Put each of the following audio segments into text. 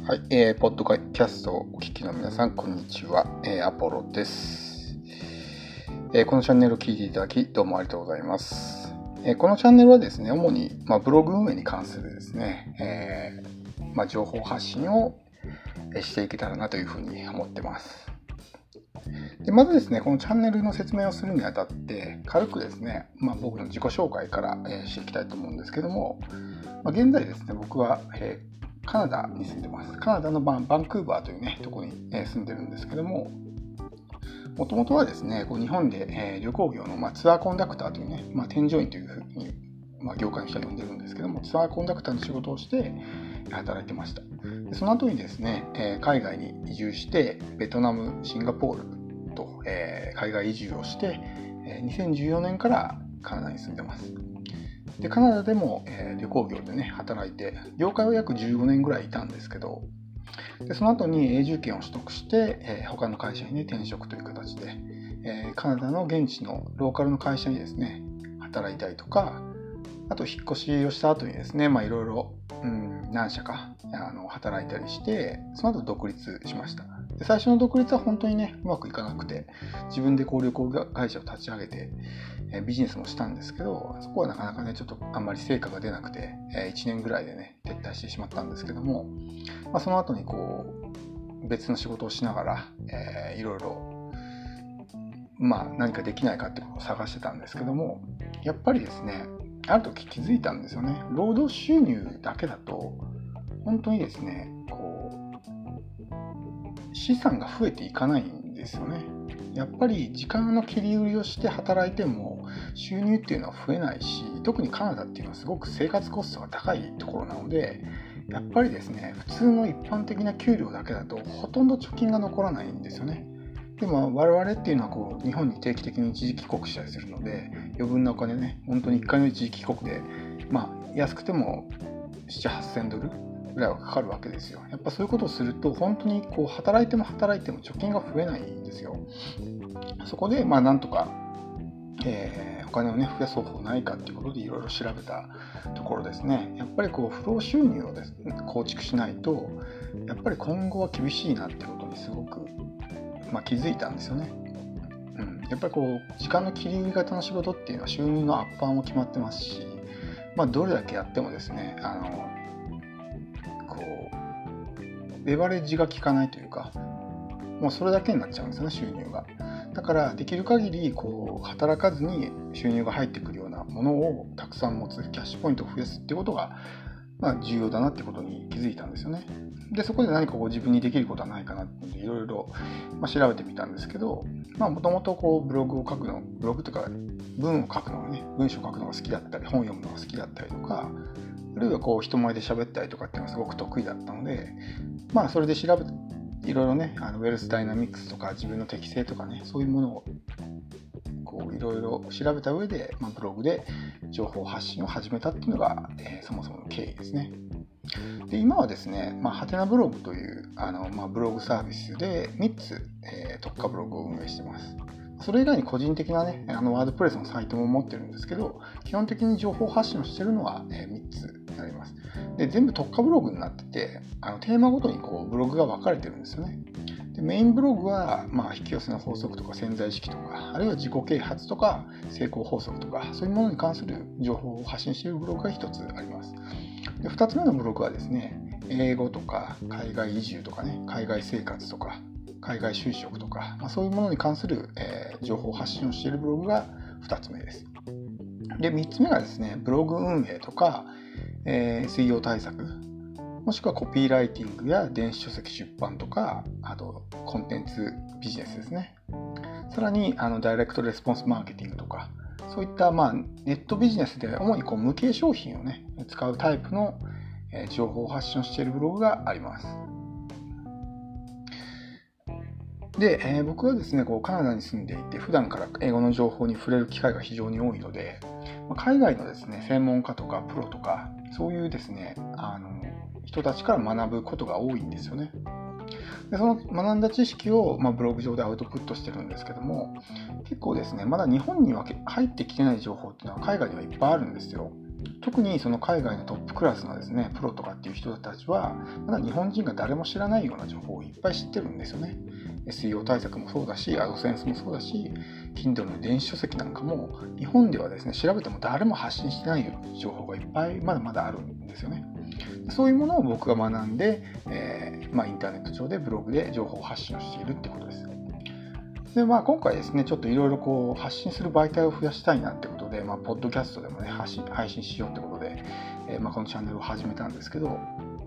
はい、ポッドキャストをお聞きの皆さん、こんにちは、アポロです。このチャンネルを聞いていただき、どうもありがとうございます。このチャンネルはですね、主に、ブログ運営に関するですね、情報発信をしていけたらなというふうに思ってます。でまずですね、このチャンネルの説明をするにあたって、軽くですね、僕の自己紹介からしていきたいと思うんですけども、現在ですね、僕は、カナダに住んでます。カナダのバンクーバーというね、ところに住んでるんですけども、もともとはですね、日本で旅行業のツアーコンダクターというね、添乗員というふうに業界の人は呼んでるんですけども、ツアーコンダクターの仕事をして働いてました。でその後にですね、海外に移住して、ベトナム、シンガポールと海外移住をして、2014年からカナダに住んでます。でカナダでも旅行業でね働いて、業界は約15年ぐらいいたんですけど、でその後に永住権を取得して、他の会社に、ね、転職という形で、カナダの現地のローカルの会社にですね働いたりとか、あと引っ越しをした後にですね、いろいろ何社か働いたりして、その後独立しました。で最初の独立は本当にねうまくいかなくて、自分で旅行会社を立ち上げてビジネスもしたんですけど、そこはなかなかねちょっとあんまり成果が出なくて、1年ぐらいでね撤退してしまったんですけども、その後に別の仕事をしながら、いろいろ何かできないかってことを探してたんですけども、やっぱりですねある時気づいたんですよね。労働収入だけだと本当にですね資産が増えていかないんですよね。やっぱり時間の切り売りをして働いても収入っていうのは増えないし、特にカナダっていうのはすごく生活コストが高いところなので、やっぱりですね普通の一般的な給料だけだとほとんど貯金が残らないんですよね。でも我々っていうのは日本に定期的に一時帰国したりするので、余分なお金ね、本当に1回の一時帰国で安くても7,8,000ドルぐらいはかかるわけですよ。やっぱそういうことをすると本当に働いても貯金が増えないんですよ。そこでなんとか、お金をね増やす方法ないかっていうことでいろいろ調べたところですね、やっぱり不労収入をですね構築しないと、やっぱり今後は厳しいなってことにすごく気づいたんですよね。やっぱり時間の切り売り型の仕事っていうのは収入のアッパーも決まってますし、どれだけやってもですねレバレッジが効かないというか、もうそれだけになっちゃうんですよね、収入が。だからできる限り働かずに収入が入ってくるようなものをたくさん持つ、キャッシュポイントを増やすっていうことが重要だなってことに気づいたんですよね。でそこで何か自分にできることはないかなっていろいろ調べてみたんですけど、もともとブログとか文を書くのがね、文章を書くのが好きだったり、本を読むのが好きだったりとか、あるいは人前で喋ったりとかっていうのがすごく得意だったので、それで調べていろいろねウェルスダイナミクスとか自分の適性とかね、そういうものをいろいろ調べた上で、ブログで情報発信を始めたっていうのが、そもそもの経緯ですね。で今はですね、ハテナブログというブログサービスで3つ、特化ブログを運営してます。それ以外に個人的なねワードプレスのサイトも持ってるんですけど、基本的に情報発信をしてるのは、3つになります。で全部特化ブログになってて、テーマごとにブログが分かれてるんですよね。でメインブログは、引き寄せの法則とか潜在意識とか、あるいは自己啓発とか成功法則とか、そういうものに関する情報を発信しているブログが1つあります。で2つ目のブログはですね、英語とか海外移住とかね、海外生活とか海外就職とか、そういうものに関する、情報発信をしているブログが2つ目です。で3つ目がですね、ブログ運営とか、SEO 対策、もしくはコピーライティングや電子書籍出版とか、あとコンテンツビジネスですね。さらにダイレクトレスポンスマーケティングとか、そういったネットビジネスで主に無形商品をね使うタイプの情報を発信をしているブログがあります。で、僕はですねカナダに住んでいて、普段から英語の情報に触れる機会が非常に多いので、海外のですね専門家とかプロとか、そういうですね人たちから学ぶことが多いんですよね。でその学んだ知識を、ブログ上でアウトプットしてるんですけども、結構ですねまだ日本には入ってきてない情報っていうのは海外にはいっぱいあるんですよ。 特にその海外のトップクラスのですねプロとかっていう人たちはまだ日本人が誰も知らないような情報をいっぱい知ってるんですよね。SEO 対策もそうだし、AdSense もそうだし、Kindle の電子書籍なんかも日本ではですね調べても誰も発信してない情報がいっぱいまだまだあるんですよね。そういうものを僕が学んで、インターネット上でブログで情報発信をしているってことです。で今回ですねちょっといろいろ発信する媒体を増やしたいなってことで、ポッドキャストでもね配信しようってことで、このチャンネルを始めたんですけど、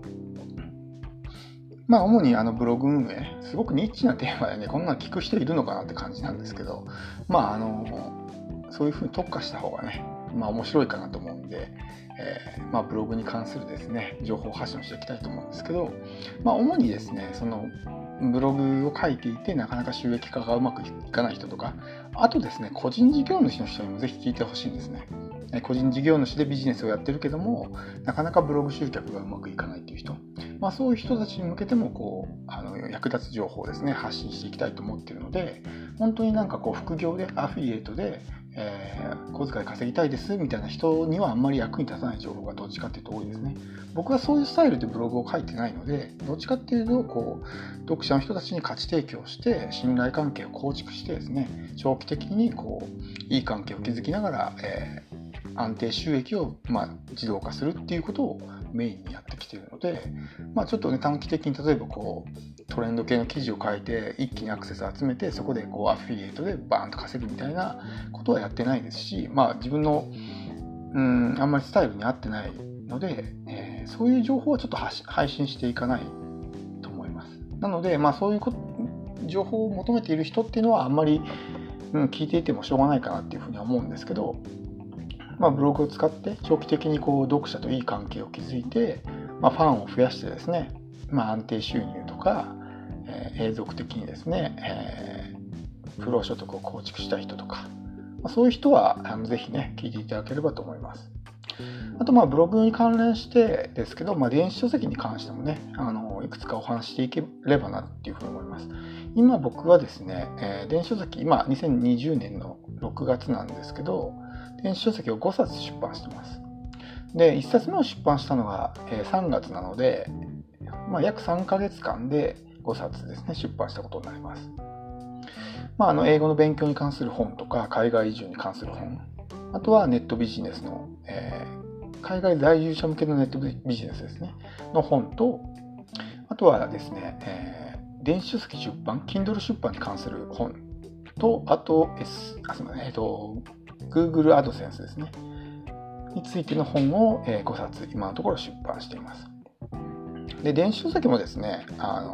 主にブログ運営、すごくニッチなテーマでねこんなの聞く人いるのかなって感じなんですけど、そういうふうに特化した方がね面白いかなと思うんで、ブログに関するですね情報発信をしていきたいと思うんですけど、主にですねそのブログを書いていてなかなか収益化がうまくいかない人とか、あとですね個人事業主の人にもぜひ聞いてほしいんですね。個人事業主でビジネスをやってるけどもなかなかブログ集客がうまくいかないっていう人、そういう人たちに向けても役立つ情報をですね発信していきたいと思っているので、本当に副業でアフィリエイトで小遣い稼ぎたいですみたいな人にはあんまり役に立たない情報がどっちかっていうと多いですね。僕はそういうスタイルでブログを書いてないので、どっちかっていうと読者の人たちに価値提供して信頼関係を構築してですね長期的にいい関係を築きながら、安定収益を自動化するっていうことをメインにやってきているので、ちょっとね短期的に例えばトレンド系の記事を書いて一気にアクセスを集めてそこでアフィリエイトでバーンと稼ぐみたいなことはやってないですし、自分のあんまりスタイルに合ってないので、そういう情報はちょっと配信していかないと思います。なのでそういう情報を求めている人っていうのはあんまり、聞いていてもしょうがないかなっていうふうには思うんですけど、ブログを使って長期的に読者といい関係を築いて、ファンを増やしてですね、安定収入とか、永続的にですね、不労所得を構築したい人とか、そういう人はぜひね聞いていただければと思います。あとブログに関連してですけど、電子書籍に関してもねいくつかお話していければなっていうふうに思います。今僕はですね、電子書籍今2020年の6月なんですけど、電子書籍を5冊出版してます。で1冊目を出版したのが3月なので、約3ヶ月間で5冊ですね出版したことになります。英語の勉強に関する本とか海外移住に関する本、あとはネットビジネスの、海外在住者向けのネットビジネスですねの本と、あとはですね、電子書籍出版 Kindle 出版に関する本と、あと、Google AdSense ですねについての本を5冊今のところ出版しています。で電子書籍もですね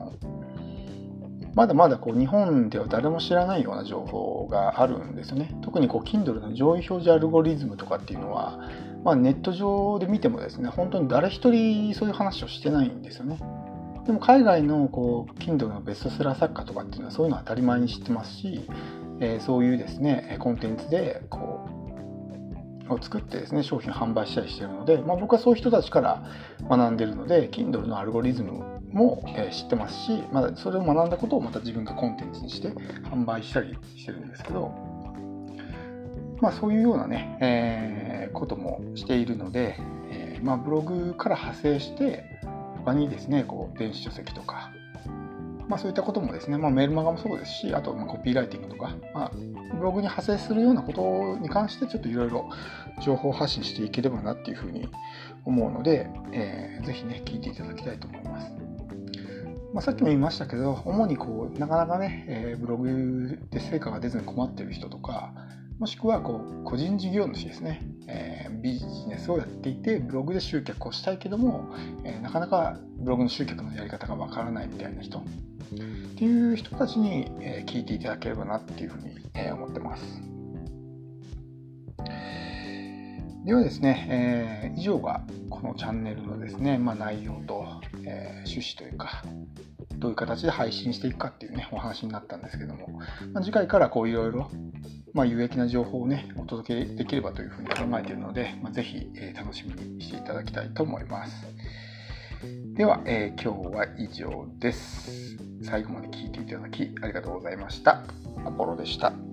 まだまだ日本では誰も知らないような情報があるんですよね。特にKindle の上位表示アルゴリズムとかっていうのは、ネット上で見てもですね本当に誰一人そういう話をしてないんですよね。でも海外のKindle のベストセラー作家とかっていうのはそういうのは当たり前に知ってますし、そういうですねコンテンツでを作ってですね商品を販売したりしているので、僕はそういう人たちから学んでいるので Kindle のアルゴリズムも知ってますし、それを学んだことをまた自分がコンテンツにして販売したりしてるんですけど、そういうようなね、こともしているので、ブログから派生して他にですね電子書籍とか、そういったこともですね、メルマガもそうですし、あとコピーライティングとか、ブログに派生するようなことに関してちょっといろいろ情報発信していければなっていうふうに思うので、ぜひね聞いていただきたいと思います。さっきも言いましたけど、主になかなかね、ブログで成果が出ずに困っている人とか、もしくは個人事業主ですね、ビジネスをやっていてブログで集客をしたいけども、なかなかブログの集客のやり方がわからないみたいな人っていう人たちに聞いていただければなっていうふうに思ってます。ではですね、以上がこのチャンネルのですね、内容と、趣旨というかどういう形で配信していくかっていうねお話になったんですけども、次回からいろいろ有益な情報をねお届けできればというふうに考えているので、ぜひ楽しみにしていただきたいと思います。では、今日は以上です。最後まで聞いていただきありがとうございました。アポロでした。